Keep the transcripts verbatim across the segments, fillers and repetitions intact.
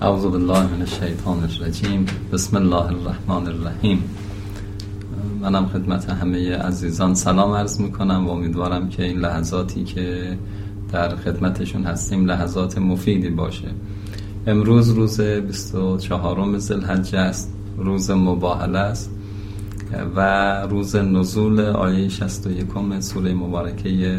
اعوذ بالله من الشیطان الرجیم. بسم الله الرحمن الرحیم. منم خدمت همه عزیزان سلام عرض میکنم و امیدوارم که این لحظاتی که در خدمتشون هستیم لحظات مفیدی باشه. امروز روز بیست و چهارم ذوالحجه است، روز مباهله است و روز نزول آیه شصت و یکم سوره مبارکه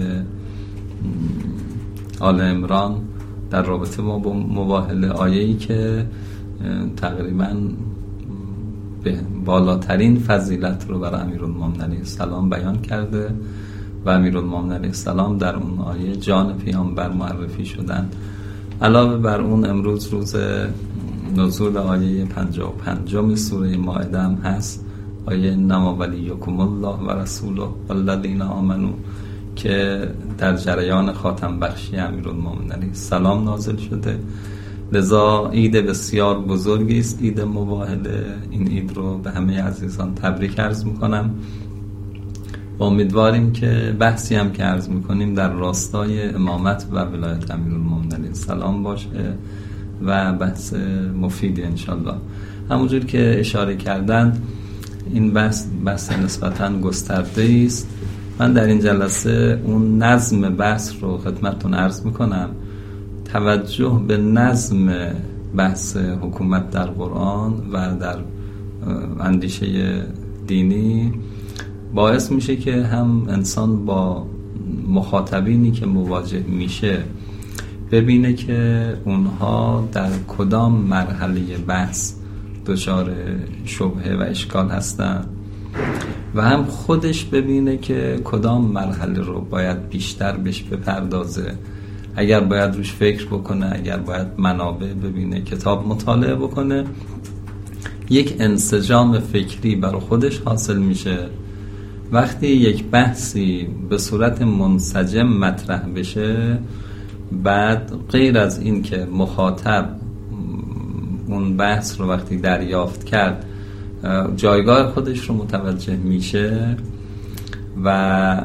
آل عمران در رابطه با مباهله، آیه‌ای که تقریباً به بالاترین فضیلت رو برای امیرالمومنین علیه السلام بیان کرده و امیرالمومنین علیه السلام در اون آیه جان پیامبر معرفی شدن. علاوه بر اون امروز روز نزول آیه پنجاه و پنج سوره مائده هم هست، آیه انما ولیکم الله و رسوله والذین آمنوا، که در جریان خاتم بخشی امیرالمومنین علیه السلام نازل شده. لذا عید بسیار بزرگی است، عید مباهله. این عید رو به همه عزیزان تبریک عرض میکنم و امیدواریم که بحثی هم که عرض میکنیم در راستای امامت و ولایت امیرالمومنین علیه السلام باشه و بحث مفیدی انشالله. همونجور که اشاره کردن این بحث بحث نسبتاً گسترده است. من در این جلسه اون نظم بحث رو خدمتتون عرض میکنم. توجه به نظم بحث حکومت در قرآن و در اندیشه دینی باعث میشه که هم انسان با مخاطبینی که مواجه میشه ببینه که اونها در کدام مرحله بحث دچار شبهه و اشکال هستن و هم خودش ببینه که کدام مرحله رو باید بیشتر بهش بپردازه، اگر باید روش فکر بکنه، اگر باید منابع ببینه، کتاب مطالعه بکنه. یک انسجام فکری برای خودش حاصل میشه. وقتی یک بحثی به صورت منسجم مطرح بشه، بعد غیر از این که مخاطب اون بحث رو وقتی دریافت کرد جایگاه خودش رو متوجه میشه و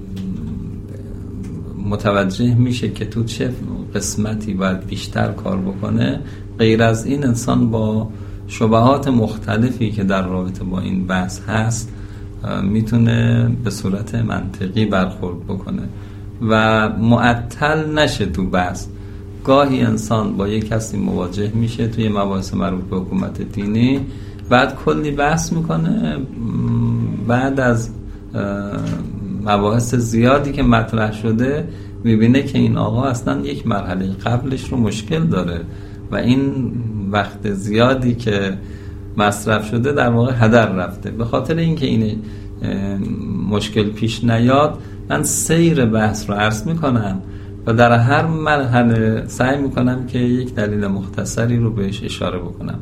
متوجه میشه که تو چه قسمتی باید بیشتر کار بکنه، غیر از این انسان با شبهات مختلفی که در رابطه با این بحث هست میتونه به صورت منطقی برخورد بکنه و معطل نشه تو بحث. گاهی انسان با یک کسی مواجه میشه توی مباحث مربوط به حکومت دینی، بعد کلی بحث میکنه، بعد از مباحث زیادی که مطرح شده میبینه که این آقا اصلا یک مرحله قبلش رو مشکل داره و این وقت زیادی که مصرف شده در واقع هدر رفته. به خاطر اینکه این مشکل پیش نیاد من سیر بحث رو عرض میکنم و در هر مرحله سعی میکنم که یک دلیل مختصری رو بهش اشاره بکنم.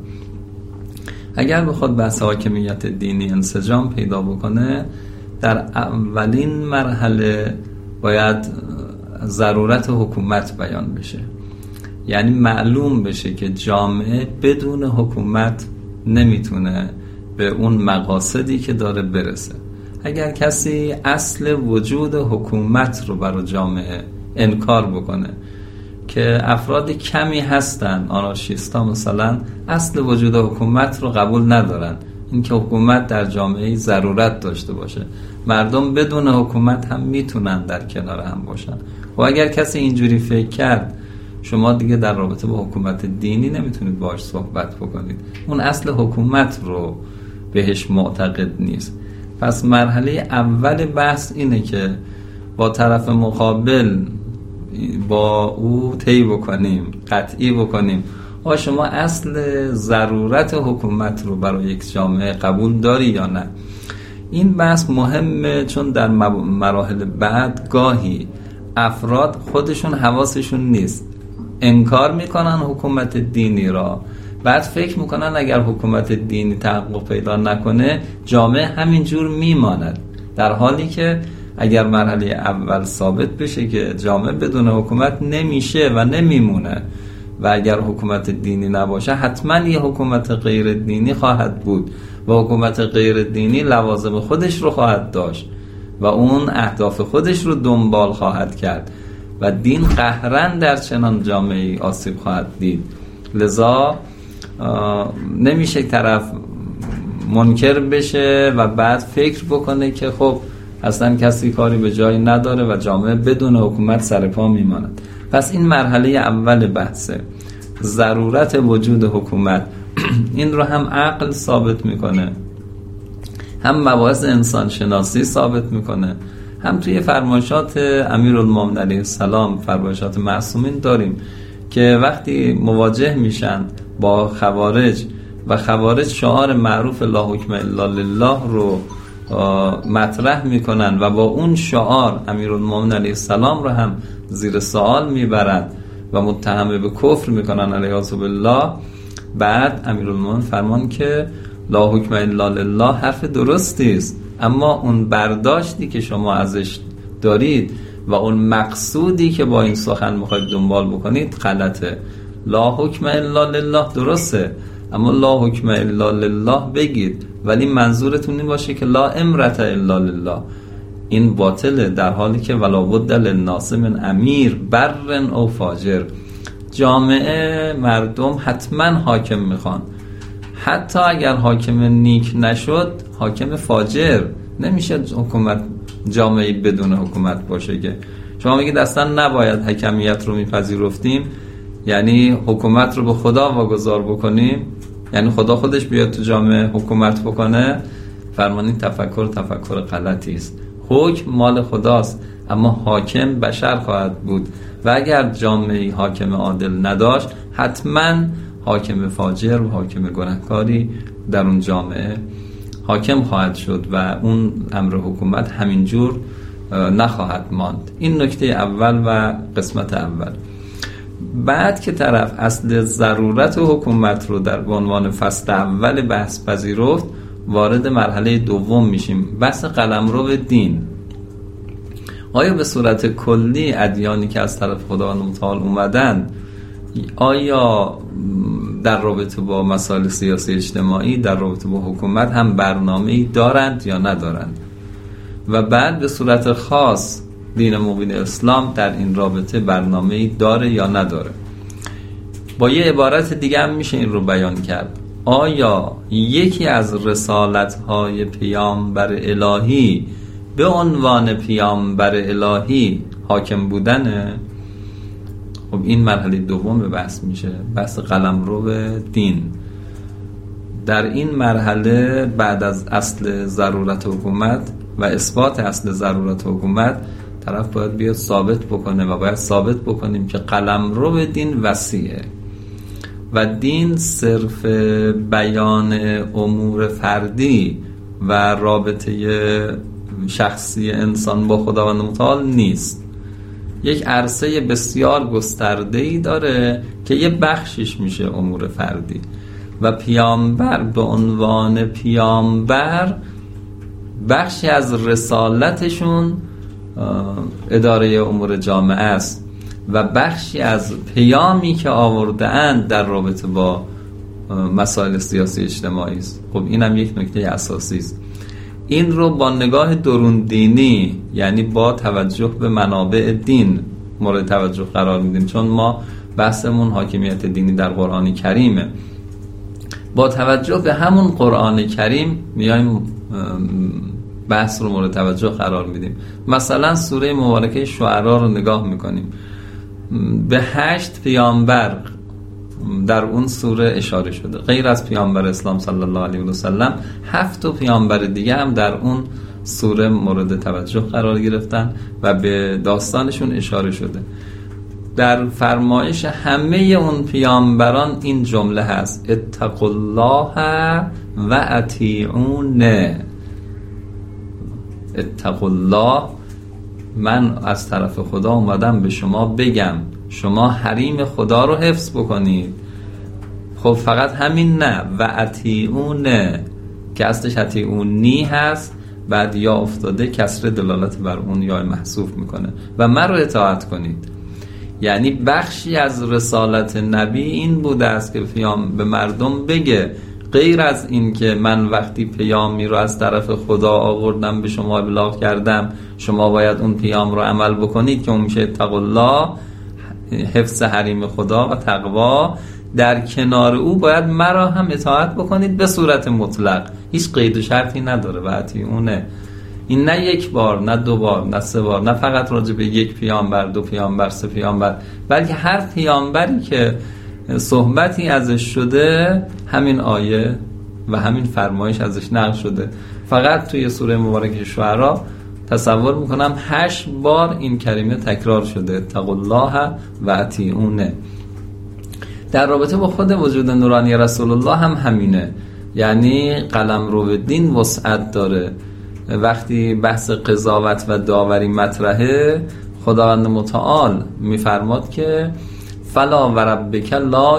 اگر بخواد بحث حاکمیت دینی انسجام پیدا بکنه، در اولین مرحله باید ضرورت حکومت بیان بشه، یعنی معلوم بشه که جامعه بدون حکومت نمیتونه به اون مقاصدی که داره برسه. اگر کسی اصل وجود حکومت رو برای جامعه انکار بکنه، که افراد کمی هستن، آنارشیستا مثلا، اصل وجود حکومت رو قبول ندارن، اینکه حکومت در جامعه ضرورت داشته باشه، مردم بدون حکومت هم میتونن در کنار هم باشن. و اگر کسی اینجوری فکر کرد، شما دیگه در رابطه با حکومت دینی نمیتونید باهاش صحبت بکنید، اون اصل حکومت رو بهش معتقد نیست. پس مرحله اول بحث اینه که با طرف مقابل با او طی بکنیم، قطعی بکنیم آیا شما اصل ضرورت حکومت رو برای یک جامعه قبول داری یا نه. این بحث مهمه، چون در مراحل بعد گاهی افراد خودشون حواسشون نیست، انکار میکنن حکومت دینی را، بعد فکر میکنن اگر حکومت دینی تحقق پیدا نکنه جامعه همینجور میماند، در حالی که اگر مرحله اول ثابت بشه که جامعه بدون حکومت نمیشه و نمیمونه و اگر حکومت دینی نباشه حتما یه حکومت غیر دینی خواهد بود و حکومت غیر دینی لوازم خودش رو خواهد داشت و اون اهداف خودش رو دنبال خواهد کرد و دین قهرن در چنان جامعه‌ای آسیب خواهد دید. لذا نمیشه طرف منکر بشه و بعد فکر بکنه که خب اصلا کسی کاری به جایی نداره و جامعه بدون حکومت سر پا میماند. پس این مرحله اول بحثه، ضرورت وجود حکومت. این رو هم عقل ثابت میکنه، هم مباحث انسان شناسی ثابت میکنه، هم توی فرمایشات امیرالمومنین علیه السلام، فرمایشات معصومین داریم که وقتی مواجه میشن با خوارج و خوارج شعار معروف لا حکم الا لله رو مطرح میکنن و با اون شعار امیرالمومنین علیه السلام رو هم زیر سوال میبرند و متهم به کفر میکنن علیه بالله، بعد امیرالمومنین فرمان که لا حکم الا لله حرف درستی است، اما اون برداشتی که شما ازش دارید و اون مقصودی که با این سخن میخواید دنبال بکنید غلطه. لا حکم الا لله درسته، اما لا حکم الا لله بگید ولی منظورتون این باشه که لا امرت الا لله. این باطله، در حالی که ولا بد للناس من امیر برن او فاجر. جامعه مردم حتما حاکم میخوان، حتی اگر حاکم نیک نشد حاکم فاجر. نمیشه حکومت جامعه بدون حکومت باشه که شما میگید اصلا نباید حکمیت رو میپذیرفتیم، یعنی حکومت رو به خدا واگذار بکنیم، یعنی خدا خودش بیاد تو جامعه حکومت بکنه. فرمانید تفکر تفکر غلطی است. حکم مال خداست، اما حاکم بشر خواهد بود و اگر جامعه حاکم عادل نداشت حتما حاکم فاجر و حاکم گناهکاری در اون جامعه حاکم خواهد شد و اون امر حکومت همینجور نخواهد ماند. این نکته اول و قسمت اول. بعد که طرف اصل ضرورت حکومت رو در عنوان فصل اول بحث پذیرفت، وارد مرحله دوم میشیم، بحث قلمرو دین. آیا به صورت کلی ادیانی که از طرف خداوند متعال اومدن، آیا در رابطه با مسائل سیاسی اجتماعی، در رابطه با حکومت هم برنامه‌ای دارند یا ندارند؟ و بعد به صورت خاص دین مبین اسلام در این رابطه برنامه‌ای داره یا نداره؟ با یه عبارت دیگه هم میشه این رو بیان کرد. آیا یکی از رسالت‌های پیامبر الهی به عنوان پیامبر الهی حاکم بودنه؟ خب این مرحله دوم به بحث میشه، بحث قلمرو دین. در این مرحله بعد از اصل ضرورت حکومت و اثبات اصل ضرورت حکومت، طرف باید بیاد ثابت بکنه و باید ثابت بکنیم که قلمرو دین وسیعه و دین صرف بیان امور فردی و رابطه شخصی انسان با خداوند متعال نیست. یک عرصه بسیار گسترده‌ای داره که یه بخشش میشه امور فردی و پیامبر به عنوان پیامبر بخشی از رسالتشون اداره امور جامعه است و بخشی از پیامی که آورده اند در رابطه با مسائل سیاسی اجتماعی است. خب اینم یک نکته اساسی است. این رو با نگاه درون دینی، یعنی با توجه به منابع دین مورد توجه قرار میدیم، چون ما بحثمون حاکمیت دینی در قرآن کریمه. با توجه به همون قرآن کریم میایم بحث رو مورد توجه قرار میدیم. مثلا سوره مبارکه شعرا رو نگاه میکنیم، به هشت پیامبر در اون سوره اشاره شده، غیر از پیامبر اسلام صلی الله علیه و سلم هفت پیامبر دیگه هم در اون سوره مورد توجه قرار گرفتن و به داستانشون اشاره شده. در فرمایش همه اون پیامبران این جمله هست: اتقوا الله و اطیعون. اتقوا الله، من از طرف خدا اومدم به شما بگم شما حریم خدا رو حفظ بکنید. خب فقط همین نه، و اطیعون که اصلش اطیعونی هست، بعد یا افتاده کسر دلالت بر اون یا محذوف میکنه، و من رو اطاعت کنید. یعنی بخشی از رسالت نبی این بوده است که پیام به مردم بگه غیر از این که من وقتی پیامی رو از طرف خدا آوردم به شما ابلاغ کردم، شما باید اون پیام رو عمل بکنید که اون میشه اتقوا الله، حفظ حریم خدا و تقوا. در کنار او باید مرا هم اطاعت بکنید به صورت مطلق، هیچ قید و شرطی نداره و اطیعونه. این نه یک بار، نه دو بار، نه سه بار، نه فقط راجع به یک پیامبر، دو پیامبر، سه پیامبر، بلکه هر پیامبری که صحبتی ازش شده همین آیه و همین فرمایش ازش نقل شده. فقط توی سوره مبارکه شعرا تصور میکنم هشت بار این کلمه تکرار شده، اتقوا الله و اطیعونه. در رابطه با خود وجود نورانی رسول الله هم همینه، یعنی قلمرو دین وسعت داره. وقتی بحث قضاوت و داوری مطرحه، خداوند متعال میفرماد که فلا و ربک لا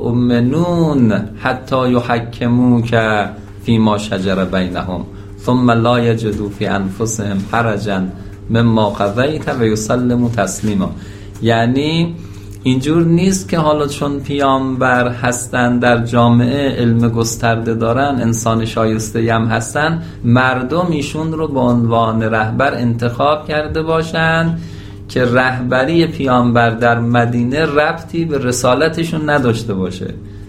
یؤمنون حتی یحکموک فیما شجر بینهم ثم لا یجدوا فی انفسهم حرجا مما قضیت و یسلموا تسلیما. یعنی اینجور نیست که حالا چون پیامبر هستن، در جامعه علم گسترده دارن، انسان شایسته هم هستن، مردم ایشون رو به عنوان رهبر انتخاب کرده باشن که رهبری پیامبر در مدینه ربطی به رسالتشون نداشته باشه.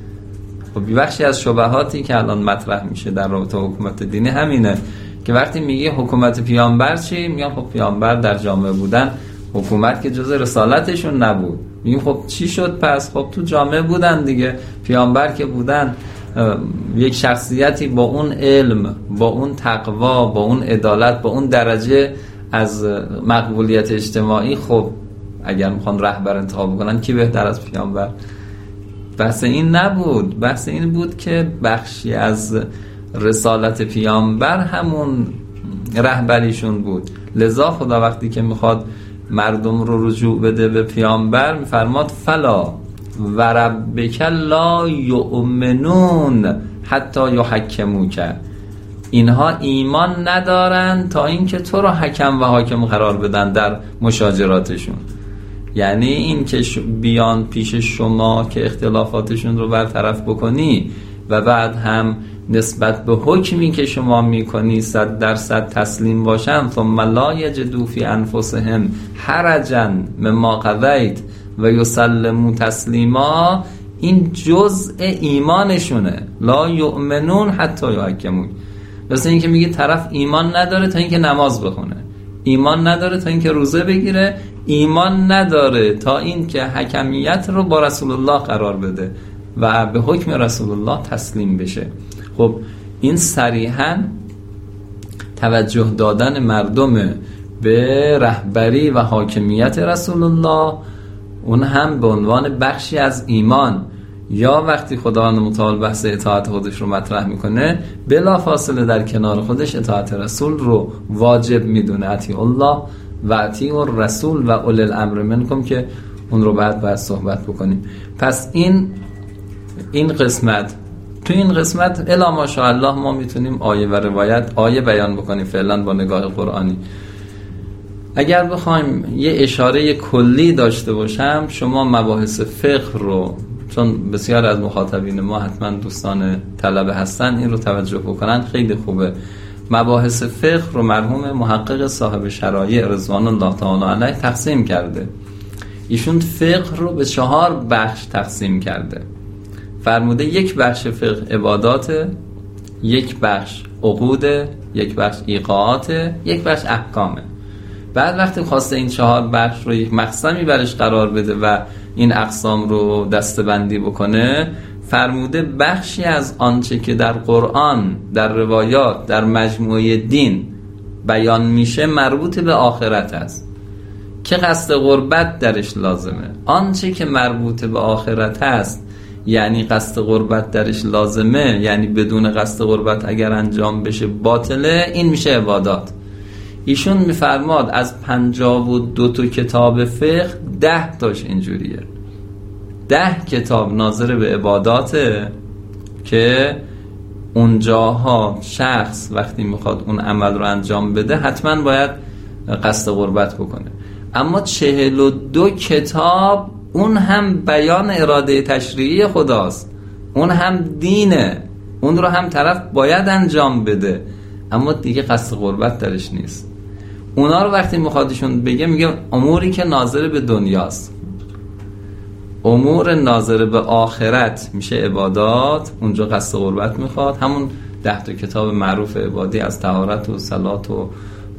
خب بخشی از شبهاتی که الان مطرح میشه در رابطه حکومت دینی همینه که وقتی میگه حکومت پیامبر چی؟ میگن خب پیامبر در جامعه بودن، حکومت که جز رسالتشون نبود. میگیم خب چی شد پس؟ خب تو جامعه بودن دیگه، پیامبر که بودن، یک شخصیتی با اون علم، با اون تقوا، با اون عدالت، با اون درجه از مقبولیت اجتماعی، خب اگر میخوان رهبر انتخاب کنن کی بهتر از پیامبر؟ بحث این نبود، بحث این بود که بخشی از رسالت پیامبر همون رهبریشون بود. لذا خدا وقتی که میخواد مردم رو رجوع بده به پیامبر میفرماد فلا و ربک لا یؤمنون حتی یحکموک، اینها ایمان ندارن تا اینکه تو رو حکم و حاکم قرار بدن در مشاجراتشون. یعنی این که بیان پیش شما که اختلافاتشون رو برطرف بکنی و بعد هم نسبت به حکمی که شما میکنی صد درصد تسلیم باشن، ثم لا یجدوا فی انفسهم حرجا مما قضیت و یسلموا تسلیما، این جزء ایمانشونه. لا یؤمنون حتی یحکمون، مثل این که میگه طرف ایمان نداره تا اینکه نماز بخونه، ایمان نداره تا اینکه روزه بگیره، ایمان نداره تا اینکه حکمیت رو با رسول الله قرار بده و به حکم رسول الله تسلیم بشه. خب این صریحاً توجه دادن مردم به رهبری و حاکمیت رسول الله، اون هم به عنوان بخشی از ایمان. یا وقتی خداوند متعال بحث اطاعت خودش رو مطرح میکنه، بلا فاصله در کنار خودش اطاعت رسول رو واجب میدونه، اطیع الله و اطیع الرسول و اولی الامر منکم، که اون رو بعد باید صحبت بکنیم. پس این این قسمت، تو این قسمت الا ماشاءالله ما میتونیم آیه و روایت، آیه بیان بکنیم فعلا با نگاه قرآنی. اگر بخوایم یه اشاره کلی داشته باشم، شما مباحث فقه رو، چون بسیار از مخاطبین ما حتما دوستان طلبه هستن، این رو توجه بکنن خیلی خوبه. مباحث فقه رو مرحوم محقق صاحب شرایع رضوان الله تعالی علیه تقسیم کرده. ایشون فقه رو به چهار بخش تقسیم کرده. فرموده یک بخش فقه عبادات، یک بخش عقود، یک بخش ایقاعات، یک بخش احکامه. بعد وقتی خواسته این چهار بخش رو یک مقسمی برش قرار بده و این اقسام رو دسته‌بندی بکنه، فرموده بخشی از آنچه که در قرآن، در روایات، در مجموعه دین بیان میشه مربوط به آخرت است که قصد قربت درش لازمه. آنچه که مربوط به آخرت است یعنی قصد قربت درش لازمه، یعنی بدون قصد قربت اگر انجام بشه باطله، این میشه عبادات. ایشون میفرماد از پنجاه و دو تا کتاب فقه ده تاش اینجوریه. ده کتاب ناظر به عباداته که اونجاها شخص وقتی میخواد اون عمل رو انجام بده حتما باید قصد قربت بکنه. اما چهل و دو کتاب اون هم بیان اراده تشریعی خداست، اون هم دینه، اون رو هم طرف باید انجام بده، اما دیگه قصد قربت درش نیست. اونا رو وقتی میخوادشون بگه، میگه اموری که ناظر به دنیاست، امور ناظر به آخرت میشه عبادات، اونجا قصد قربت میخواد. همون ده تا کتاب معروف عبادی از طهارت و صلات و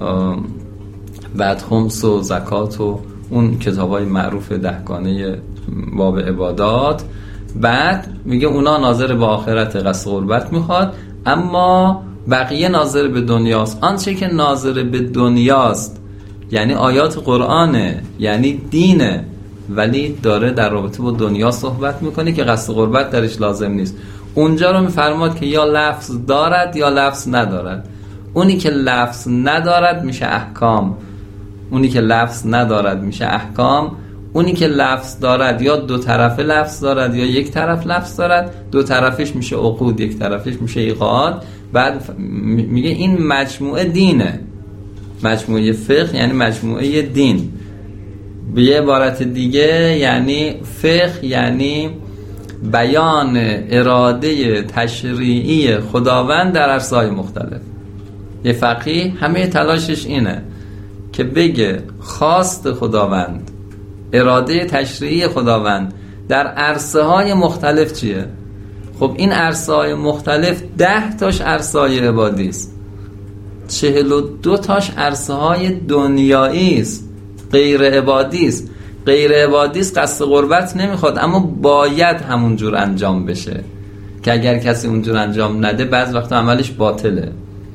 بعد خمس و زکات و اون کتابای معروف دهگانه باب عبادات، بعد میگه اونا ناظر به آخرت قصد قربت میخواد، اما بقیه ناظر به دنیاست. آنچه که ناظر به دنیاست یعنی آیات قرآنه، یعنی دینه، ولی داره در رابطه با دنیا صحبت میکنه که قصد قربت درش لازم نیست. اونجا رو میفرماد که یا لفظ دارد یا لفظ ندارد. اونی که لفظ ندارد میشه احکام، اونی که لفظ ندارد میشه احکام. اونی که لفظ دارد یا دو طرفه لفظ دارد یا یک طرف لفظ دارد، دو طرفش میشه عقود، یک طرفش میشه ایقاد. بعد میگه این مجموعه دینه، مجموعه فقه یعنی مجموعه دین. به یه عبارت دیگه یعنی فقه یعنی بیان اراده تشریعی خداوند در عرصه‌های مختلف. یه فقیه همه تلاشش اینه که بگه خواست خداوند، اراده تشریعی خداوند در عرصه‌های مختلف چیه. خب این عرصه‌های مختلف ده تاش عرصه‌های عبادی است، چهل و دو تاش عرصه‌های دنیایی است، غیر عبادی است. غیر عبادی است قصد قربت نمیخواد، اما باید همون جور انجام بشه که اگر کسی اونجور انجام نده بعض وقتا عملش باطله،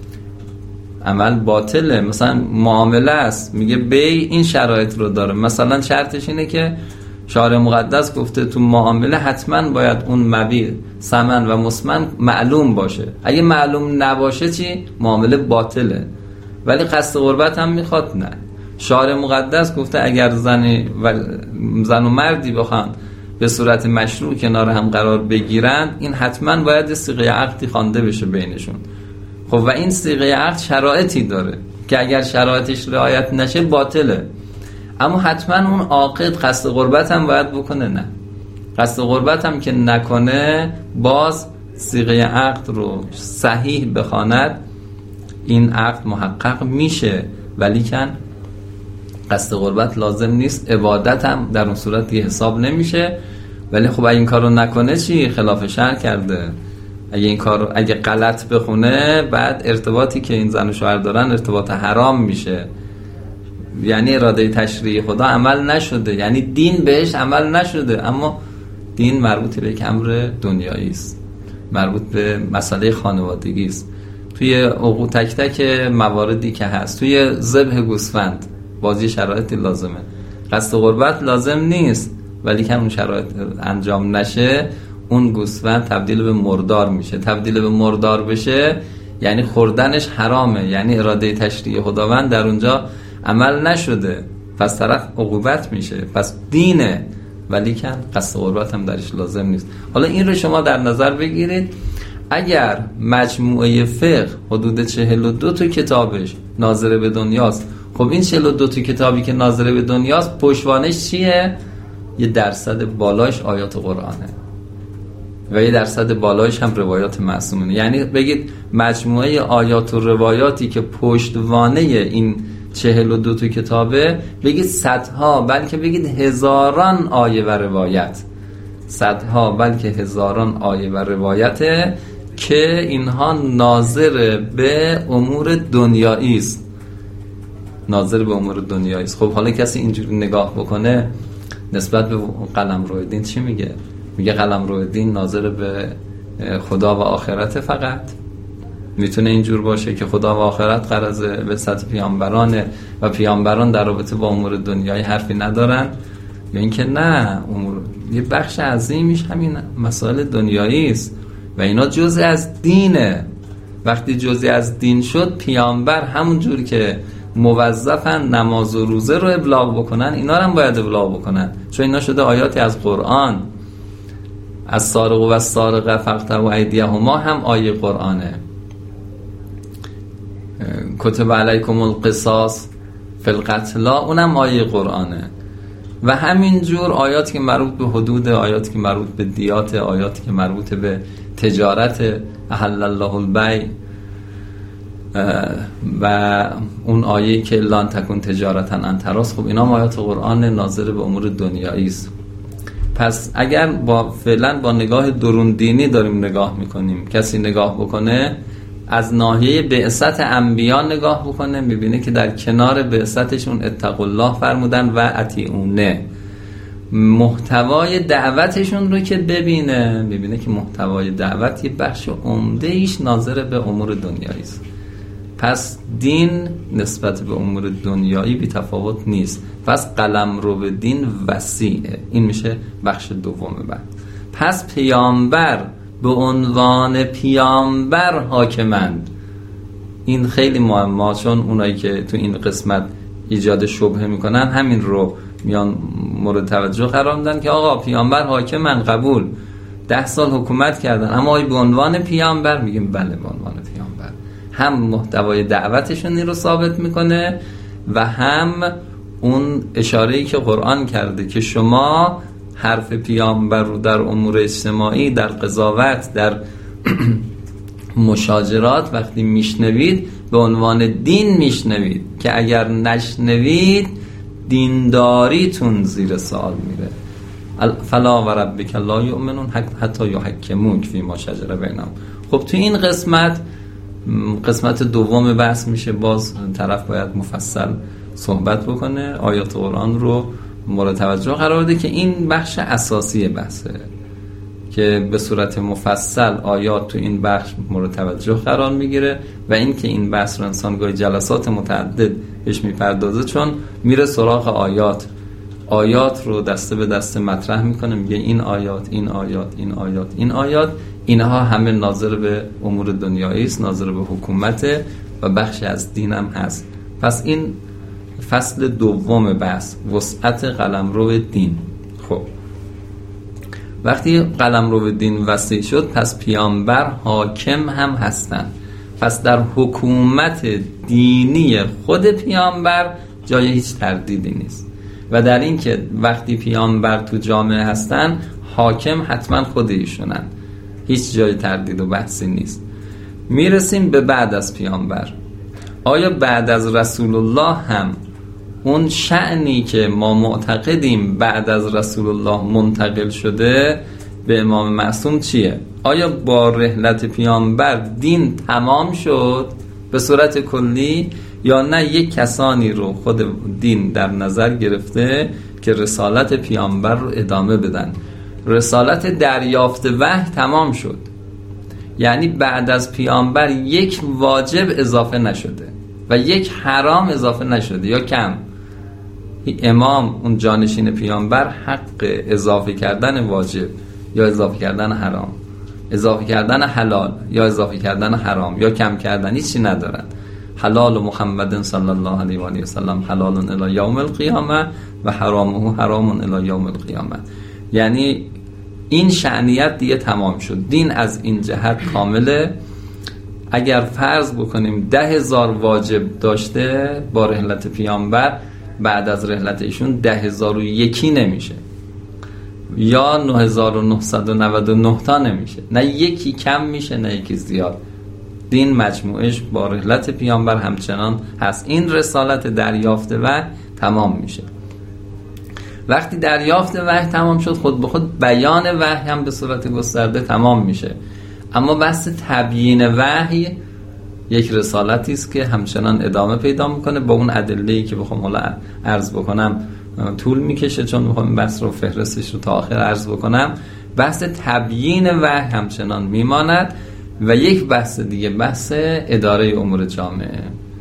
عمل باطله. مثلا معامله است، میگه بی این شرایط رو داره، مثلا شرطش اینه که شارع مقدس گفته تو معامله حتما باید اون مبیع ثمن و مسمن معلوم باشه. اگه معلوم نباشه چی؟ معامله باطله. ولی قصد قربت هم میخواد؟ نه. شارع مقدس گفته اگر زن و زن و مردی بخوان به صورت مشروع کنار هم قرار بگیرن، این حتما باید صیغه عقدی خوانده بشه بینشون. خب و این صیغه عقد شرایطی داره که اگر شرایطش رعایت نشه باطله، اما حتما اون عاقد قصد قربت هم باید بکنه. نه، قصد قربت هم که نکنه باز صیغه عقد رو صحیح بخواند این عقد محقق میشه، ولی کن قصد قربت لازم نیست، عبادت هم در اون صورت دیگه حساب نمیشه. ولی خب اگه این کار رو نکنه چی؟ خلاف شرع کرده. اگه این کار اگه غلط بخونه بعد ارتباطی که این زن و شوهر دارن ارتباط حرام میشه، یعنی اراده تشریعی خدا عمل نشده، یعنی دین بهش عمل نشده. اما دین مربوط به یک امر دنیایی است، مربوط به مسئله خانوادگی است. توی عقود تک تک مواردی که هست، توی ذبح گوسفند بازی شرایطی لازمه، قصد قربت لازم نیست، ولی که اون شرایط انجام نشه اون گوسفند تبدیل به مردار میشه. تبدیل به مردار بشه یعنی خوردنش حرامه، یعنی اراده تشریعی خداوند در اونجا عمل نشده، پس طرف عقوبت میشه. پس دینه ولی کن قصد قربت هم درش لازم نیست. حالا این رو شما در نظر بگیرید، اگر مجموعه فقه حدود چهل و دو تا کتابش ناظر به دنیاست، خب این چهل و دو تا کتابی که ناظر به دنیاست پشتوانش چیه؟ یه درصد بالاش آیات قرآنه و یه درصد بالاش هم روایات معصومونه. یعنی بگید مجموعه آیات و روایاتی که پشتوانه این چهل و دو تا کتابه، بگید صدها بلکه بگید هزاران آیه و روایت، صدها بلکه هزاران آیه و روایته که اینها ناظر به امور دنیایی است، ناظر به امور دنیایی است. خب حالا کسی اینجوری نگاه بکنه نسبت به قلمرو دین چی میگه؟ میگه قلمرو دین ناظر به خدا و آخرت فقط؟ میتونه اینجور باشه که خدا و آخرت غرض به سطح پیامبرانه و پیامبران در رابطه با امور دنیایی حرفی ندارن؟ یا اینکه نه، امور یه بخش عظیمیش همین مسائل دنیایی است و اینا جزء از دینه. وقتی جزء از دین شد، پیامبر همون جوری که موظفن نماز و روزه رو ابلاغ بکنن، اینا رو هم باید ابلاغ بکنن، چون اینا شده آیاتی از قرآن. از سارق و سارقه فقطعوا ایدیهما هم آیه قرآنه. کتب علیکم القصاص فی القتلی اونم آیه قرآنه. و همین جور آیاتی که مربوط به حدود، آیاتی که مربوط به دیات، آیاتی که مربوط به تجارت، احل الله البیع، و اون آیه‌ای که لان تکون تجارتا عن تراض، خب اینا آیات قرآن ناظر به امور دنیایی است. پس اگر با فعلا با نگاه درون دینی داریم نگاه میکنیم، کسی نگاه بکنه از ناحیه بعثت انبیا نگاه بکنه، میبینه که در کنار بعثتشون اتقوا الله فرمودن و اطیعونه. محتوای دعوتشون رو که ببینه، میبینه که محتوای دعوت یه بخش عمده ایش ناظر به امور دنیایی است. پس دین نسبت به امور دنیایی بی تفاوت نیست. پس قلمرو به دین وسیعه. این میشه بخش دوم بعد. پس پیامبر به عنوان پیامبر حاکمند. این خیلی مهمه، چون اونایی که تو این قسمت ایجاد شبهه میکنن همین رو میان مورد توجه قرار میدن که آقا پیامبر حاکمن، قبول، ده سال حکومت کردن، اما آیا به عنوان پیامبر؟ میگیم بله به عنوان پیامبر. هم محتوای دعوتشون این رو ثابت میکنه و هم اون اشاره‌ای که قرآن کرده که شما حرف پیامبر رو در امور اجتماعی، در قضاوت، در مشاجرات وقتی میشنوید به عنوان دین میشنوید که اگر نشنوید دینداریتون زیر سوال میره. فلا و ربک لا یؤمنون حتی یحکموک فیما شجر بینهم. خب تو این قسمت قسمت دوم بحث میشه، باز طرف باید مفصل صحبت بکنه، آیات قرآن رو مورد توجه قرار بده که این بخش اساسی بحثه که به صورت مفصل آیات تو این بخش مورد توجه قرار میگیره و این که این بحث رو انسان گاهی جلسات متعدد بهش میپردازه، چون میره سراغ آیات، آیات رو دسته به دسته مطرح میکنه، میگه این آیات این آیات این آیات این آیات اینها همه ناظر به امور دنیایی است، ناظر به حکومت و بخشی از دین هم هست. پس این فصل دوم بحث، وسعت قلمرو دین. خب وقتی قلمرو دین وسیع شد، پس پیامبر حاکم هم هستن. پس در حکومت دینی خود پیامبر جای هیچ تردیدی نیست و در این که وقتی پیامبر تو جامعه هستن حاکم حتما خود ایشونن، هیچ جای تردید و بحثی نیست. میرسیم به بعد از پیامبر. آیا بعد از رسول الله هم اون شأنی که ما معتقدیم بعد از رسول الله منتقل شده به امام معصوم چیه؟ آیا با رحلت پیامبر دین تمام شد به صورت کلی، یا نه یک کسانی رو خود دین در نظر گرفته که رسالت پیامبر رو ادامه بدن؟ رسالت دریافت وحی تمام شد، یعنی بعد از پیامبر یک واجب اضافه نشده و یک حرام اضافه نشده یا کم. امام اون جانشین پیامبر حق اضافه کردن واجب یا اضافه کردن حرام، اضافه کردن حلال یا اضافه کردن حرام یا کم کردن هیچی ندارن. حلال محمد صلی الله علیه و آله و سلم حلال الی یوم القیامه و حرامه حرام الی یوم القیامه. یعنی این شأنیت دیگه تمام شد، دین از این جهت کامله. اگر فرض بکنیم ده هزار واجب داشته با رحلت پیامبر، بعد از رحلت ایشون ده هزار و یکی نمیشه یا نه هزار و نهصد و نود و نه تا نمیشه، نه یکی کم میشه نه یکی زیاد. دین مجموعش با رحلت پیامبر همچنان هست. این رسالت دریافت وحی تمام میشه. وقتی دریافت وحی تمام شد، خود به خود بیان وحی هم به صورت گسترده تمام میشه. اما بحث تبیین وحی یک رسالتی است که همچنان ادامه پیدا میکنه با اون ادله‌ای که بخوام حالا عرض بکنم طول میکشه، چون میخوام این بحث رو فهرستش رو تا آخر عرض بکنم. بحث تبیین وحی همچنان میماند و یک بحث دیگه، بحث اداره امور جامعه.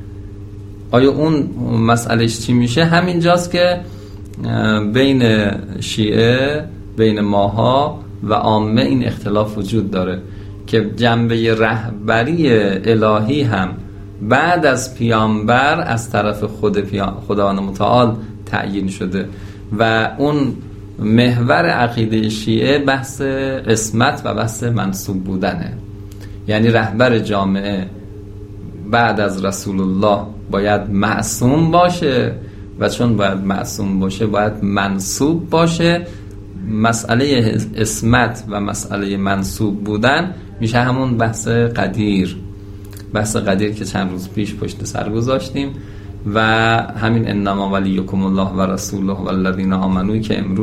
آیا اون مسئلهش چی میشه؟ همینجاست که بین شیعه، بین ماها و عامه این اختلاف وجود داره که جنبه رهبری الهی هم بعد از پیامبر از طرف خود خداوند متعال تعیین شده و اون محور عقیده شیعه بحث قسمت و بحث منصوب بودنه. یعنی رهبر جامعه بعد از رسول الله باید معصوم باشه و چون باید معصوم باشه باید منصوب باشه. مسئله اسمت و مسئله منصوب بودن میشه همون بحث قدیر، بحث قدیر که چند روز پیش پشت سر گذاشتیم و همین انما ولیکم الله و رسوله و الذین آمنو که امروز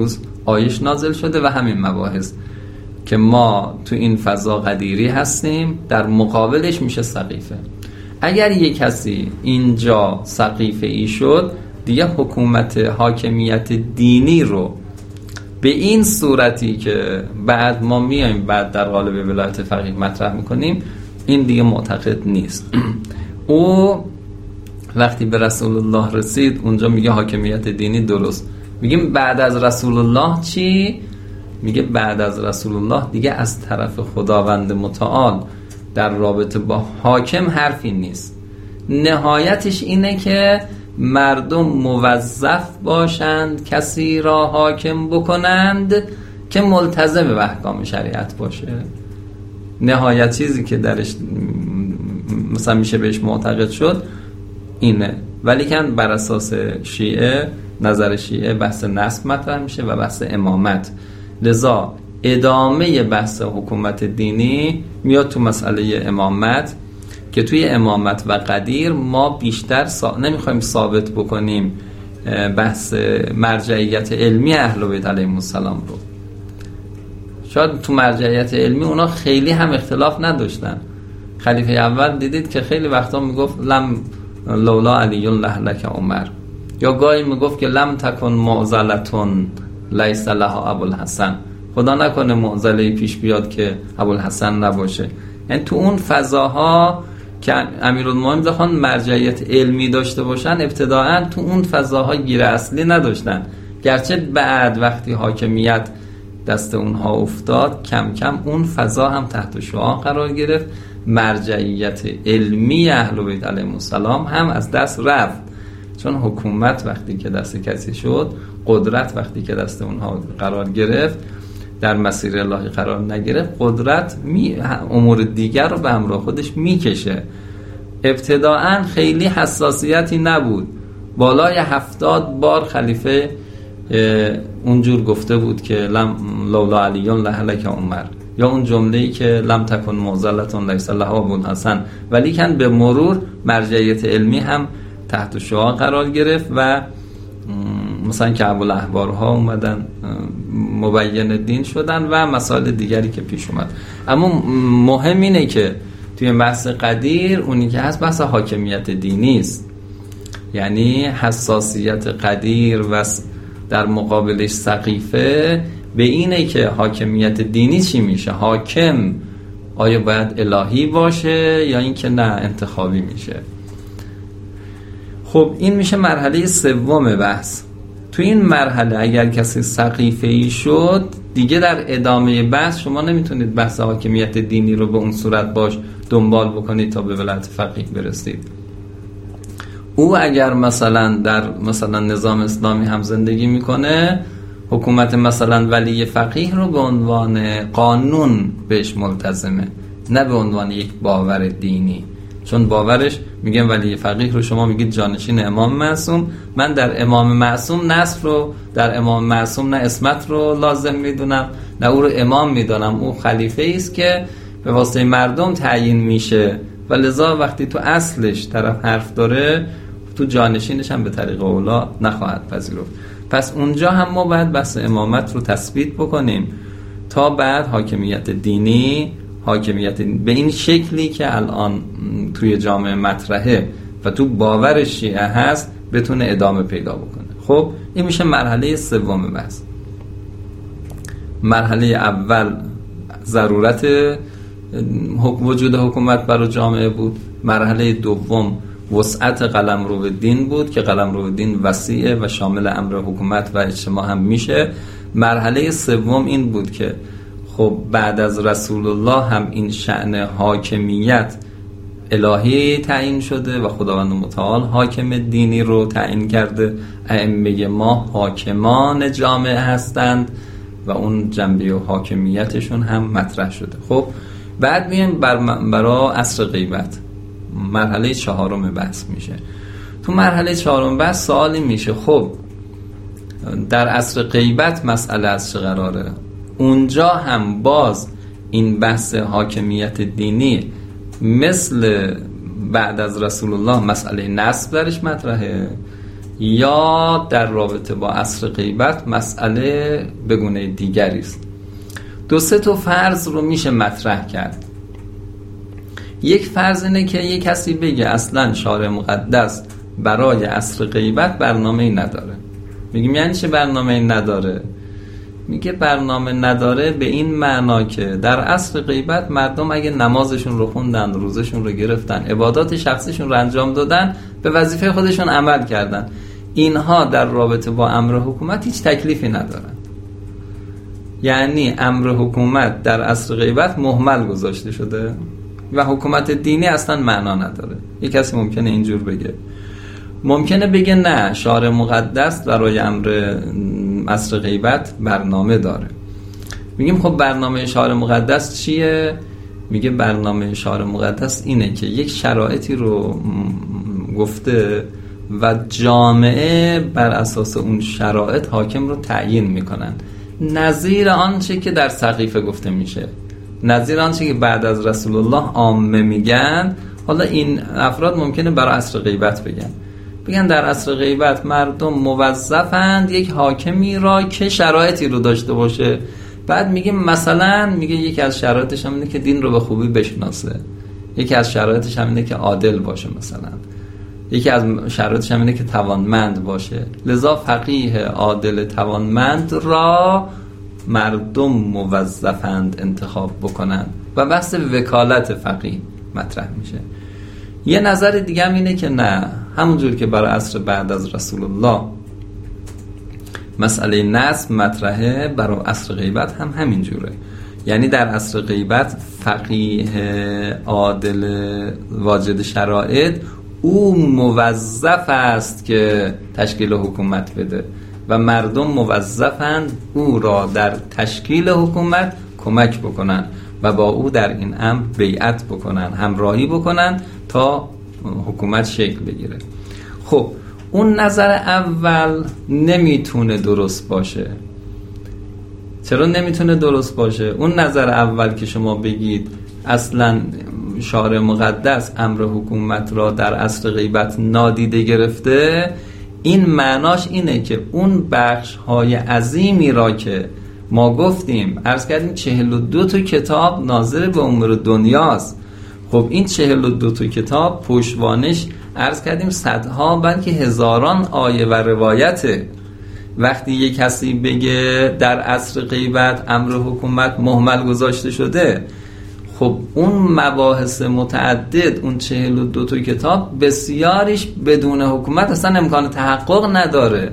آیش نازل شده و همین مباحث که ما تو این فضا قدیری هستیم، در مقابلش میشه سقیفه. اگر یک کسی اینجا سقیفه ای شد، دیگه حکومت حاکمیت دینی رو به این صورتی که بعد ما میایم بعد در قالب ولایت فقیه مطرح میکنیم، این دیگه معتقد نیست. او وقتی به رسول الله رسید اونجا میگه حاکمیت دینی درست. میگیم بعد از رسول الله چی؟ میگه بعد از رسول الله دیگه از طرف خداوند متعال در رابطه با حاکم حرفی نیست. نهایتش اینه که مردم موظف باشند کسی را حاکم بکنند که ملتزم به احکام شریعت باشه. نهایت چیزی که درش مثلا میشه بهش معتقد شد اینه. ولی کن بر اساس شیعه، نظر شیعه بحث نسب مطرح میشه و بحث امامت. لذا ادامه بحث حکومت دینی میاد تو مسئله امامت که توی امامت و قدیر ما بیشتر سا... نمیخوایم ثابت بکنیم بحث مرجعیت علمی اهل بیت علیهم السلام رو. شاید تو مرجعیت علمی اونا خیلی هم اختلاف نداشتن. خلیفه اول دیدید که خیلی وقتا میگفت لم لولا علی لهلک عمر، یا گاهی میگفت که لم تکن معضلتون لیس لها ابوالحسن، خدا نکنه معضله پیش بیاد که ابوالحسن نباشه. یعنی تو اون فضاها که امیرالمومنین خان مرجعیت علمی داشته باشن، ابتداعا تو اون فضاها گیر اصلی نداشتن، گرچه بعد وقتی حاکمیت دست اونها افتاد کم کم اون فضا هم تحت شعاع قرار گرفت. مرجعیت علمی اهل بیت علیهم السلام هم از دست رفت، چون حکومت وقتی که دست کسی شد، قدرت وقتی که دست اونها قرار گرفت، در مسیر الهی قرار نگرفت، قدرت می امور دیگر رو به همراه خودش میکشه. ابتداعا خیلی حساسیتی نبود. بالای هفتاد بار خلیفه اونجور گفته بود که لم لولا علی لهلک عمر، یا اون جمله‌ای که لم تکن معضلتون لیس لها ابوالحسن. ولی کن به مرور مرجعیت علمی هم تحت شعاع قرار گرفت و مثلا که ابوالاحبارها اومدن مبین دین شدن و مسائل دیگری که پیش اومد. اما مهم اینه که توی بحث قدیر اونی که هست بحث حاکمیت دینی است. یعنی حساسیت قدیر و در مقابلش سقیفه به اینه که حاکمیت دینی چی میشه؟ حاکم آیا باید الهی باشه یا این که نه انتخابی میشه؟ خب این میشه مرحله سوم بحث. تو این مرحله اگر کسی سقیفه‌ای شد، دیگه در ادامه بحث شما نمیتونید بحث حاکمیت دینی رو به اون صورت باش دنبال بکنید تا به ولایت فقیه برسید. او اگر مثلا در مثلا نظام اسلامی هم زندگی میکنه، حکومت مثلا ولی فقیه رو به عنوان قانون بهش ملتزمه، نه به عنوان یک باور دینی. چون باورش میگه ولی فقیه رو شما میگید جانشین امام معصوم، من در امام معصوم نصف رو، در امام معصوم نه اسمت رو لازم میدونم نه او رو امام میدونم، او خلیفه است که به واسطه مردم تعیین میشه و لذا وقتی تو اصلش طرف حرف داره، تو جانشینش هم به طریق اولا نخواهد پذیرفت. پس اونجا هم ما باید بحث امامت رو تثبیت بکنیم تا بعد حاکمیت دینی، حاکمیت به این شکلی که الان توی جامعه مطرحه و تو باور شیعه هست بتونه ادامه پیدا بکنه. خب این میشه مرحله سوم بحث. مرحله اول ضرورت وجود حکومت برای جامعه بود. مرحله دوم وسعت قلمرو دین بود که قلمرو دین وسیعه و شامل امر حکومت و اجتماع هم میشه. مرحله سوم این بود که خب بعد از رسول الله هم این شأن حاکمیت الهی تعیین شده و خداوند متعال حاکم دینی رو تعیین کرده. ائمه ما حاکمان جامعه هستند و اون جنبه و حاکمیتشون هم مطرح شده. خب بعد میایم بر برای عصر غیبت، مرحله چهارم بحث میشه. تو مرحله چهارم بحث سوالی میشه خب در عصر غیبت مسئله از چه قراره؟ اونجا هم باز این بحث حاکمیت دینی مثل بعد از رسول الله مسئله نسب درش مطرحه یا در رابطه با عصر غیبت مسئله به گونه دیگری است. دو سه تا فرض رو میشه مطرح کرد. یک فرض اینه که یک کسی بگه اصلا شارع مقدس برای عصر غیبت برنامه‌ای نداره. میگیم یعنی چه برنامه‌ای نداره؟ میگه برنامه نداره به این معنا که در عصر غیبت مردم اگه نمازشون رو خوندن، روزشون رو گرفتن، عبادات شخصیشون رو انجام دادن، به وظیفه خودشون عمل کردن، اینها در رابطه با امر حکومت هیچ تکلیفی ندارن. یعنی امر حکومت در عصر غیبت مهمل گذاشته شده و حکومت دینی اصلا معنا نداره. یک کسی ممکنه اینجور بگه. ممکنه بگه نه، شارع مقدس برای امر عصر غیبت برنامه داره. میگیم خب برنامه شارع مقدس چیه؟ میگه برنامه شارع مقدس اینه که یک شرایطی رو گفته و جامعه بر اساس اون شرایط حاکم رو تعیین میکنن، نظیر آنچه که در سقیفه گفته میشه، نظیر آنچه که بعد از رسول الله عامه میگن. حالا این افراد ممکنه برای عصر غیبت بگن بگن در عصر غیبت مردم موظفند یک حاکمی را که شرایطی رو داشته باشه. بعد میگه مثلا میگه یکی از شرایطش هم اینه که دین رو به خوبی بشناسه، یکی از شرایطش هم اینه که عادل باشه، مثلا یکی از شرایطش هم اینه که توانمند باشه. لذا فقیه عادل توانمند را مردم موظفند انتخاب بکنن و بحث وکالت فقیه مطرح میشه. یه نظر دیگه هم اینه که نه، همونجور که برای عصر بعد از رسول الله مسئله نسب مطرحه، برای عصر غیبت هم همین جوره. یعنی در عصر غیبت فقیه عادل واجد شرایط او موظف است که تشکیل حکومت بده و مردم موظفند او را در تشکیل حکومت کمک بکنن و با او در این امر بیعت بکنن، همراهی بکنن تا حکومت شکل بگیره. خب اون نظر اول نمیتونه درست باشه. چرا نمیتونه درست باشه؟ اون نظر اول که شما بگید اصلا شارع مقدس امر حکومت را در عصر غیبت نادیده گرفته، این معناش اینه که اون بخش های عظیمی را که ما گفتیم، عرض کردیم چهل و دو تا کتاب ناظر به امور دنیاست. خب این چهل و دو تا کتاب پشتوانش عرض کردیم صدها بلکه هزاران آیه و روایته. وقتی یک کسی بگه در عصر غیبت امر حکومت مهمل گذاشته شده، خب اون مباحث متعدد، اون چهل و دو تا کتاب بسیاریش بدون حکومت اصلا امکان تحقق نداره.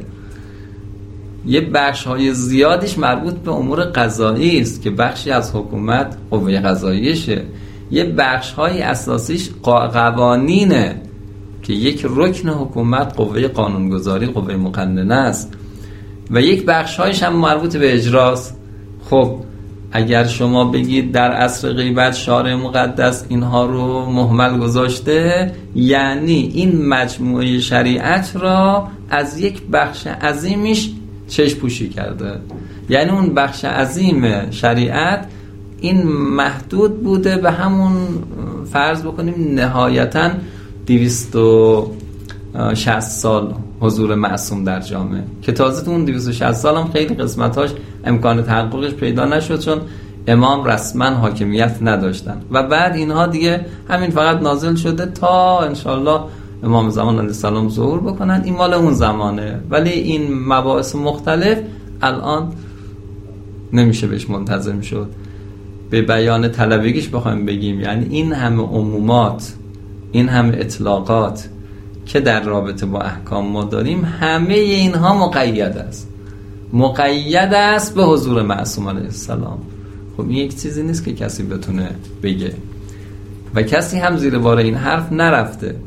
یه بخش های زیادیش مربوط به امور قضایی است که بخشی از حکومت قوه قضاییشه. یه بخش های اساسیش قوانینه که یک رکن حکومت قوه قانونگذاری، قوه مقننه است و یک بخش هایش هم مربوط به اجراست. خب اگر شما بگید در عصر غیبت شارع مقدس اینها رو مهمل گذاشته، یعنی این مجموعه شریعت را از یک بخش عظیمیش چشم پوشی کرده. یعنی اون بخش عظیم شریعت این محدود بوده به همون فرض بکنیم نهایتاً دویست و شصت سال حضور معصوم در جامعه، که تازه تو اون دویست و شصت سال هم خیلی قسمتاش امکان تحققش پیدا نشد چون امام رسما حاکمیت نداشتن و بعد اینها دیگه همین فقط نازل شده تا انشالله امام زمان علیه السلام ظهور بکنن. این مال اون زمانه، ولی این مباحث مختلف الان نمیشه بهش منتظم شد. به بیان طلبگیش بخوایم بگیم یعنی این همه عمومات، این همه اطلاقات که در رابطه با احکام ما داریم، همه اینها مقید است مقید است به حضور معصوم علیه السلام. خب این یک چیزی نیست که کسی بتونه بگه و کسی هم زیر بار این حرف نرفته.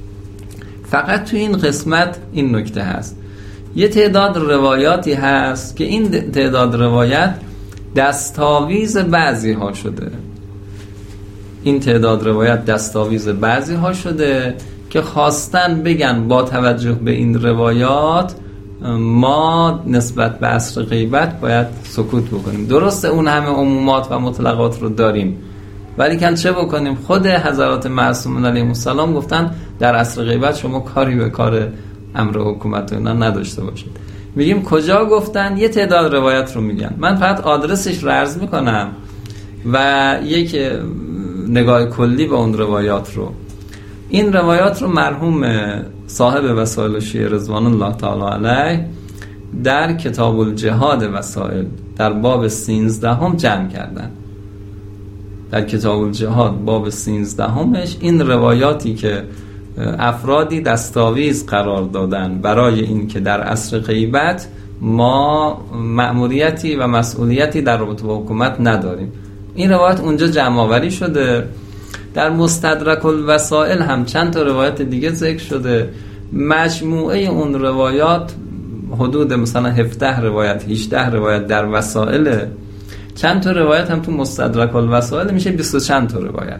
فقط تو این قسمت این نکته هست، یه تعداد روایاتی هست که این تعداد روایت دستاویز بعضی ها شده. این تعداد روایت دستاویز بعضی ها شده که خواستن بگن با توجه به این روایات ما نسبت به عصر غیبت باید سکوت بکنیم. درسته اون همه عمومات و مطلقات رو داریم، ولی کن چه بکنیم؟ خود حضرات معصومون علیهم السلام گفتن در عصر غیبت شما کاری به کار امر حکومت و اینا نداشته باشید. میگیم کجا گفتن؟ یه تعداد روایت رو میگن. من فقط آدرسش رو عرض میکنم و یک نگاه کلی به اون روایات رو. این روایات رو مرحوم صاحب وسائل شیعه رضوان الله تعالی علیه در کتاب الجهاد وسائل در باب سینزده هم جمع کردن. در کتاب الجهاد باب سینزده همش این روایاتی که افرادی دستاویز قرار دادن برای این که در عصر غیبت ما مأموریتی و مسئولیتی در رابطه با حکومت نداریم، این روایت اونجا جمع آوری شده. در مستدرک الوسائل هم چند تا روایت دیگه ذکر شده. مجموعه اون روایات حدود مثلا هفده روایت هجده روایت در وسائل، چند تا روایت هم تو مستدرک الوسائل میشه بیست و چند تا روایت.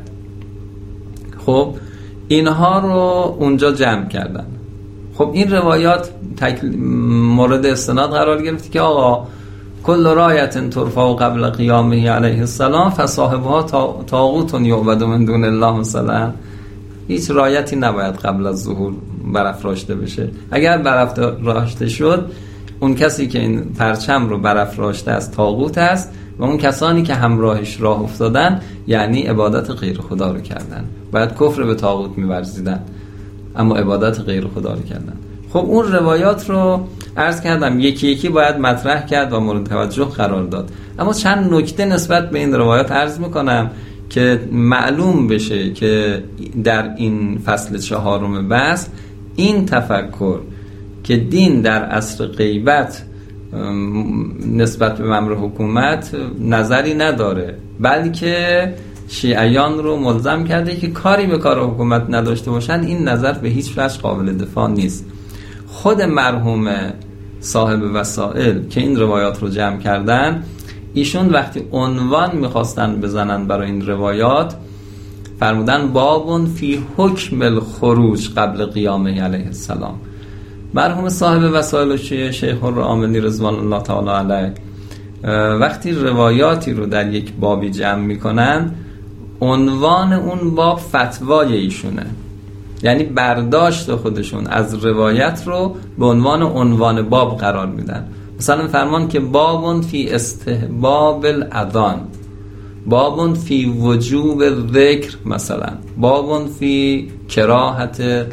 خب اینها رو اونجا جمع کردن. خب این روایات تکل... مورد استناد قرار گرفت که آقا کل رایت ترفع قبل قیامه علیه السلام فصاحبها طاغوت یعبد من دون الله مثلا. هیچ رایتی نباید قبل از ظهور برافراشته بشه. اگر برافراشته شد اون کسی که این پرچم رو برافراشته از طاغوت است و اون کسانی که همراهش راه افتادن یعنی عبادت غیر خدا رو کردن، باید کفر به طاغوت می‌ورزیدن اما عبادت غیر خدا رو کردن. خب اون روایات رو عرض کردم یکی یکی باید مطرح کرد و مورد توجه قرار داد، اما چند نکته نسبت به این روایات عرض میکنم که معلوم بشه که در این فصل چهارم بحث این تفکر که دین در عصر غیبت نسبت به مأمور حکومت نظری نداره، بلکه شیعیان رو ملزم کرده که کاری به کار حکومت نداشته باشن، این نظر به هیچ وجه قابل دفاع نیست. خود مرحوم صاحب وسائل که این روایات رو جمع کردن، ایشون وقتی عنوان میخواستن بزنن برای این روایات فرمودن بابون فی حکم الخروج قبل قیامه علیه السلام. مرحوم صاحب وسائل شیعه شیخ العاملی رضوان الله تعالی علیه وقتی روایاتی رو در یک بابی جمع میکنن عنوان اون باب فتوای ایشونه، یعنی برداشت خودشون از روایت رو به عنوان عنوان باب قرار میدن. مثلا فرمان که بابون فی استحباب الاذان، بابون فی وجوب الذکر، مثلا بابون فی کراهت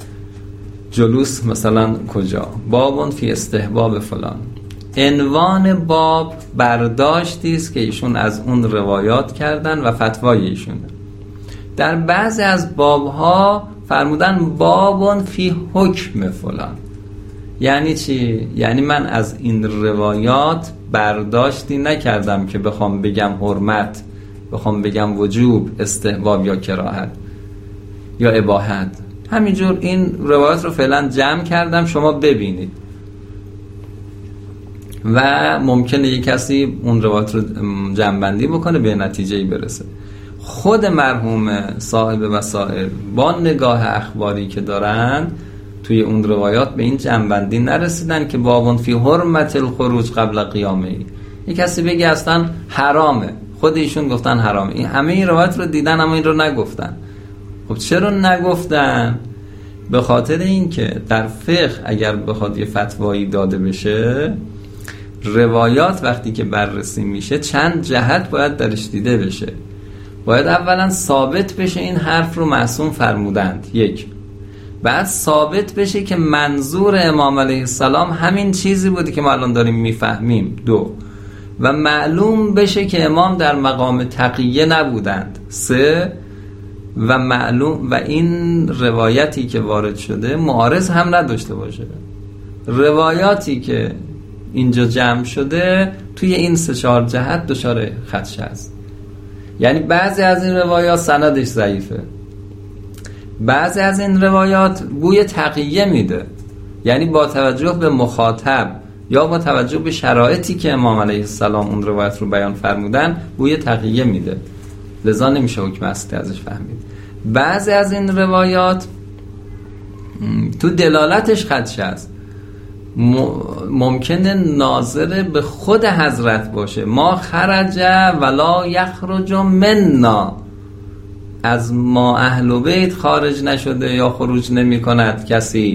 جلوس مثلا کجا، بابون فی استحباب فلان. عنوان باب برداشتی است که ایشون از اون روایات کردن و فتوای ایشونه. در بعضی از بابها فرمودن بابون فی حکم فلان. یعنی چی؟ یعنی من از این روایات برداشتی نکردم که بخوام بگم حرمت، بخوام بگم وجوب، استحباب یا کراهت یا اباحت. همینجور این روایات رو فعلا جمع کردم شما ببینید و ممکنه یک کسی اون روایات رو جمع بندی بکنه به نتیجه‌ای برسه. خود مرحوم صاحب وسائل با نگاه اخباری که دارن توی اون روایات به این جنبندی نرسیدن که بابون فی حرمت الخروج قبل قیامه. یک کسی بگه اصلا حرامه، خود ایشون گفتن حرامه. این همه این روایت رو دیدن اما این رو نگفتن. خب چرا نگفتن؟ به خاطر این که در فقه اگر بخواد یه فتوایی داده بشه، روایات وقتی که بررسی میشه چند جهت باید درش دیده بشه. باید اولا ثابت بشه این حرف رو معصوم فرمودند، یک. بعد ثابت بشه که منظور امام علیه السلام همین چیزی بودی که ما الان داریم میفهمیم، دو. و معلوم بشه که امام در مقام تقیه نبودند، سه. و معلوم و این روایتی که وارد شده معارض هم نداشته باشه. روایاتی که اینجا جمع شده توی این سه چهار جهت دچار خدشه است. یعنی بعضی از این روایات سندش ضعیفه، بعضی از این روایات بوی تقیه میده، یعنی با توجه به مخاطب یا با توجه به شرایطی که امام علیه السلام اون روایت رو بیان فرمودن بوی تقیه میده، لذا نمیشه حکم اصلی ازش فهمید. بعضی از این روایات تو دلالتش خدشه است، ممکنه ناظر به خود حضرت باشه. ما خرج ولا یخرج منا، از ما اهل بیت خارج نشده یا خروج نمی کند کسی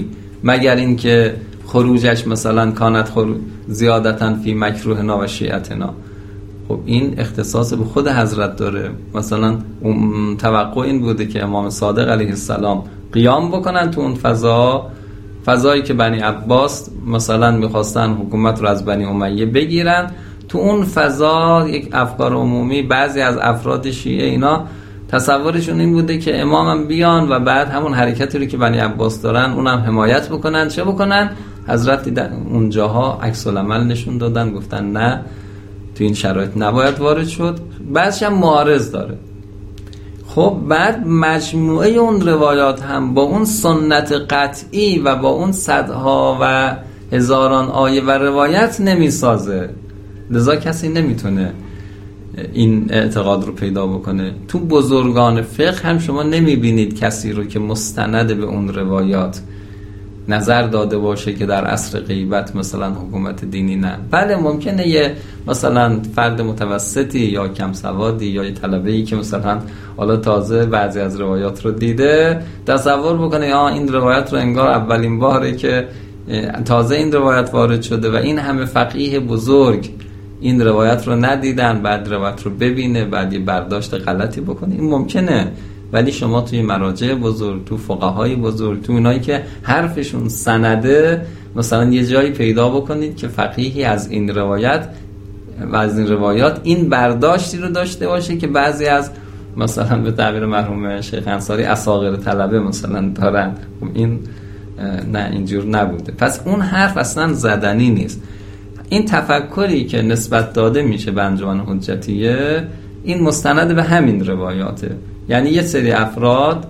مگر اینکه خروجش مثلا کانت خروج زیادتاً فی مکروهنا و شیعتنا. خب این اختصاص به خود حضرت داره. مثلا توقع این بوده که امام صادق علیه السلام قیام بکنن تو اون فضا، فضایی که بنی عباس مثلا میخواستن حکومت رو از بنی امیه بگیرن. تو اون فضا یک افکار عمومی، بعضی از افراد شیعه اینا تصورشون این بوده که امامم بیان و بعد همون حرکتی رو که بنی عباس دارن اونم حمایت بکنن. چه بکنن؟ حضرت دیدن اونجاها عکس العمل نشون دادن، گفتن نه تو این شرایط نباید وارد شد. بعدش هم معارض داره. خب بعد مجموعه اون روایات هم با اون سنت قطعی و با اون صدها و هزاران آیه و روایت نمیسازه، لذا کسی نمیتونه این اعتقاد رو پیدا بکنه. تو بزرگان فقه هم شما نمیبینید کسی رو که مستند به اون روایات نظر داده باشه که در عصر غیبت مثلا حکومت دینی نه. بله ممکنه یه مثلا فرد متوسطی یا کم سوادی یا یه طلبه‌ای که مثلا حالا تازه بعضی از روایات رو دیده تصور بکنه آه این روایت رو انگار اولین باره که تازه این روایت وارد شده و این همه فقیه بزرگ این روایت رو ندیدن، بعد روایت رو ببینه بعد یه برداشت غلطی بکنه. این ممکنه، ولی شما توی مراجع بزرگ، تو فقهای بزرگ، تو اونایی که حرفشون سنده مثلا یه جایی پیدا بکنید که فقیهی از این روایت و از این روایات این برداشتی رو داشته باشه که بعضی از مثلا به تعبیر مرحوم شیخ انصاری اصاغر طلبه مثلا دارن. این نه اینجور نبوده. پس اون حرف اصلا زدنی نیست. این تفکری که نسبت داده میشه به انجمن حجتیه این مستند به همین روایاته. یعنی یه سری افراد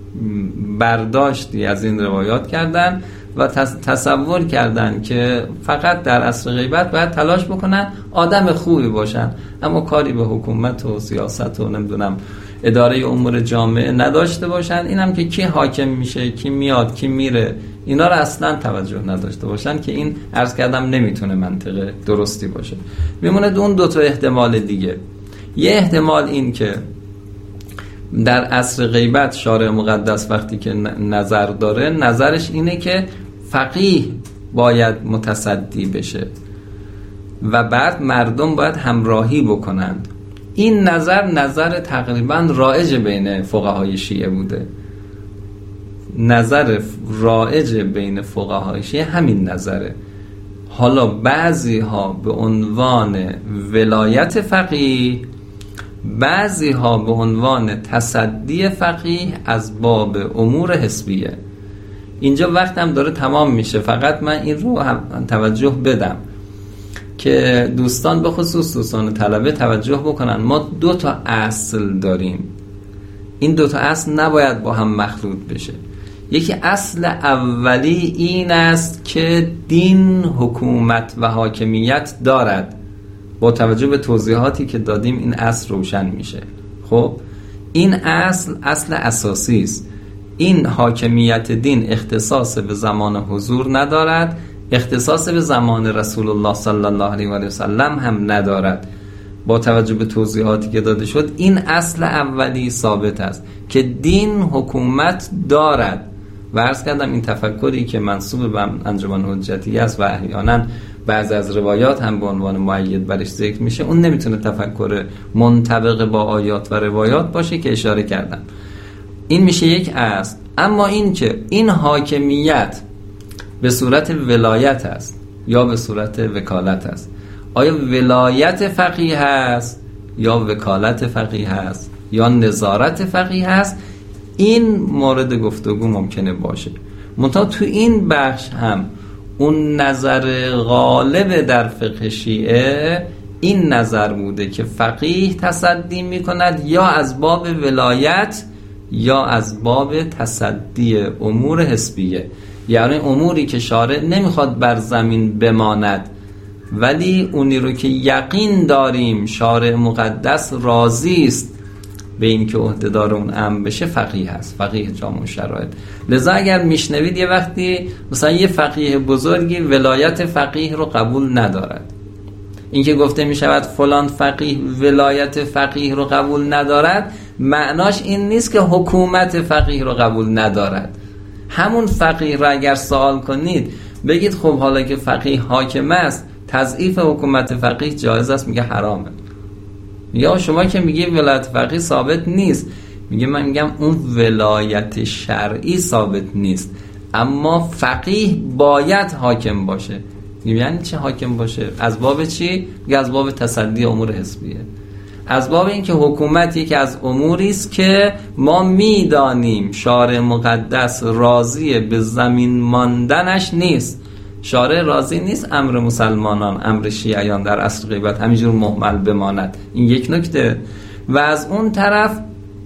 برداشتی از این روایات کردن و تصور کردن که فقط در عصر غیبت باید تلاش بکنن آدم خوبی باشن، اما کاری به حکومت و سیاست و نمیدونم اداره امور جامعه نداشته باشن. اینم که کی حاکم میشه، کی میاد، کی میره، اینا رو اصلا توجه نداشته باشن که این عرض کردم نمیتونه منطقه درستی باشه. میمونه اون دو تا احتمال دیگه. یه احتمال این که در عصر غیبت شارع مقدس وقتی که نظر داره نظرش اینه که فقیه باید متصدی بشه و بعد مردم باید همراهی بکنند. این نظر نظر تقریبا رایج بین فقهای شیعه بوده. نظر رایج بین فقهای شیعه همین نظره. حالا بعضی ها به عنوان ولایت فقیه، بعضی ها به عنوان تصدی فقیه از باب امور حزبیه. اینجا وقتم داره تمام میشه، فقط من این رو هم توجه بدم که دوستان به خصوص دوستان طلبه توجه بکنن. ما دو تا اصل داریم، این دو تا اصل نباید با هم مخلوط بشه. یکی اصل اولی این است که دین حکومت و حاکمیت دارد. با توجه به توضیحاتی که دادیم این اصل روشن میشه. خب این اصل اصل اساسی است. این حاکمیت دین اختصاص به زمان حضور ندارد، اختصاص به زمان رسول الله صلی الله علیه و آله و سلم هم ندارد. با توجه به توضیحاتی که داده شد این اصل اولی ثابت است که دین حکومت دارد. و عرض کردم این تفکری که منسوب به انجمن حجتی است و احیانا بعضی از روایات هم به عنوان مؤید برش ذکر میشه، اون نمیتونه تفکر منطبق با آیات و روایات باشه که اشاره کردم. این میشه یک اصل. اما این که این حاکمیت به صورت ولایت است یا به صورت وکالت است، آیا ولایت فقیه هست یا وکالت فقیه هست یا نظارت فقیه هست، این مورد گفتگو ممکنه باشه. منتها تو این بخش هم اون نظر غالب در فقه شیعه این نظر بوده که فقیه تصدی میکند یا از باب ولایت یا از باب تصدی امور حزبیه. یعنی اموری که شارع نمیخواد بر زمین بماند ولی اونی رو که یقین داریم شارع مقدس راضی است به این که عهدهدار اون امر بشه، فقیه هست، فقیه جامع شرایط. لذا اگر میشنوید یه وقتی مثلا یه فقیه بزرگی ولایت فقیه رو قبول ندارد، این که گفته میشود فلان فقیه ولایت فقیه رو قبول ندارد، معناش این نیست که حکومت فقیه رو قبول ندارد، همون فقیه را اگر سوال کنید بگید خب حالا که فقیه حاکم است تضعیف حکومت فقیه جایز است، میگه حرامه. یا شما که میگی ولایت فقیه ثابت نیست، میگه من میگم اون ولایت شرعی ثابت نیست، اما فقیه باید حاکم باشه. یعنی چه حاکم باشه؟ از باب چی؟ میگه از باب تصدی امور حزبیه، از باب این که حکومت یکی از اموری است که ما میدانیم شارع مقدس راضی به زمین ماندنش نیست. شارع راضی نیست امر مسلمانان، امر شیعیان در عصر غیبت همینجور مهمل بماند. این یک نکته. و از اون طرف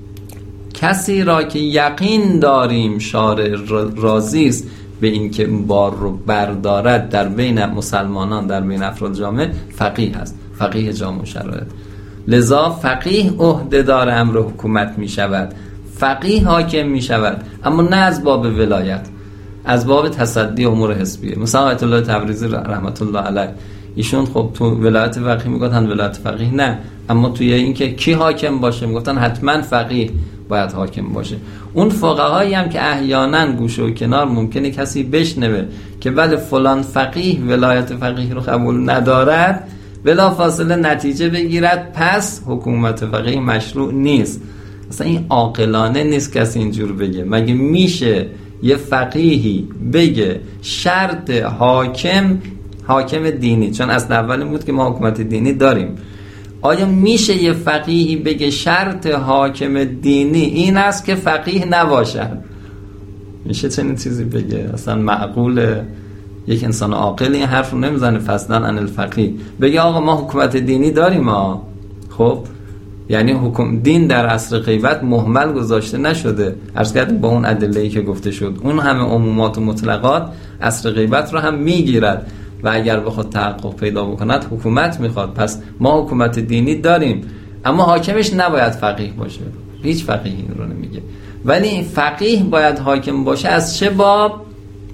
کسی را که یقین داریم شارع راضی است به این که این بار رو بردارد در بین مسلمانان، در بین افراد جامعه، فقیه هست، فقیه جامع شرایط. لذا فقیه عهده‌دار امر حکومت می شود، فقیه حاکم می شود، اما نه از باب ولایت، از باب تصدی امور حزبیه. مثلا آیت الله تبریزی رحمت الله علیه، ایشون خب تو ولایت فقیه میگفتن ولایت فقیه نه، اما توی این که کی حاکم باشه میگفتن حتما فقیه باید حاکم باشه. اون فقهایی هم که احیانا گوشه و کنار ممکنه کسی بشنوه که بله فلان فقیه ولایت فقیه رو قبول ندارد، بلا فاصله نتیجه بگیرد پس حکومت فقیه مشروع نیست. اصلا این عاقلانه نیست کسی اینجور بگه. مگه میشه یه فقیهی بگه شرط حاکم حاکم دینی، چون اصل اول بود که ما حکومت دینی داریم، آیا میشه یه فقیهی بگه شرط حاکم دینی این است که فقیه نباشد؟ میشه چنین چیزی بگه؟ اصلا معقوله؟ یک انسان عاقل این حرف رو نمیزنه. فصلا عن الفقیه بگه آقا ما حکومت دینی داریم ها. خب یعنی حکم دین در عصر غیبت مهمل گذاشته نشده. عرض کردیم با اون ادله‌ای که گفته شد اون همه عمومات و مطلقات عصر غیبت رو هم میگیرد و اگر بخواد تحقق پیدا بکند حکومت میخواد. پس ما حکومت دینی داریم اما حاکمش نباید فقیه باشه. هیچ فقیه این رو نمیگه، ولی این فقیه باید حاکم باشه. از چه باب؟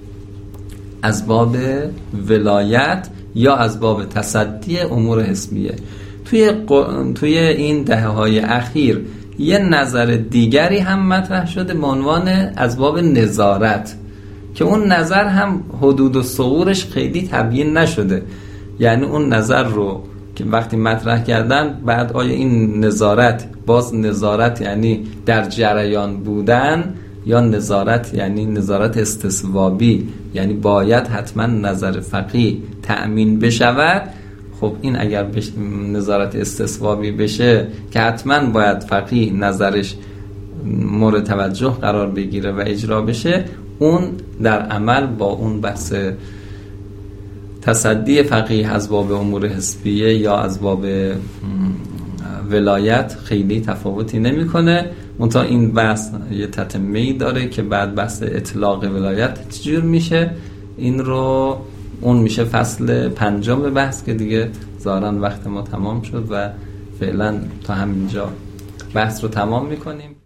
از باب ولایت یا از باب تصدی امور حزبیه. توی ق... توی این دهه‌های اخیر یه نظر دیگری هم مطرح شده به عنوان از باب نظارت، که اون نظر هم حدود و ثغورش خیلی تبیین نشده. یعنی اون نظر رو که وقتی مطرح کردن بعد آیا این نظارت باز نظارت یعنی در جریان بودن یا نظارت یعنی نظارت استصوابی، یعنی باید حتما نظر فقیه تأمین بشود. خب این اگر بش... نظارت استصوابی بشه که حتما باید فقیه نظرش مورد توجه قرار بگیره و اجرا بشه، اون در عمل با اون بحث تصدی فقیه از باب امور حزبیه یا از باب ولایت خیلی تفاوتی نمیکنه. منتها این بحث یه تتمه‌ای داره که بعد بحث اطلاق ولایت چجور میشه، این رو اون میشه فصل پنجم بحث که دیگه ظاهراً وقت ما تمام شد و فعلا تا همینجا بحث رو تمام میکنیم.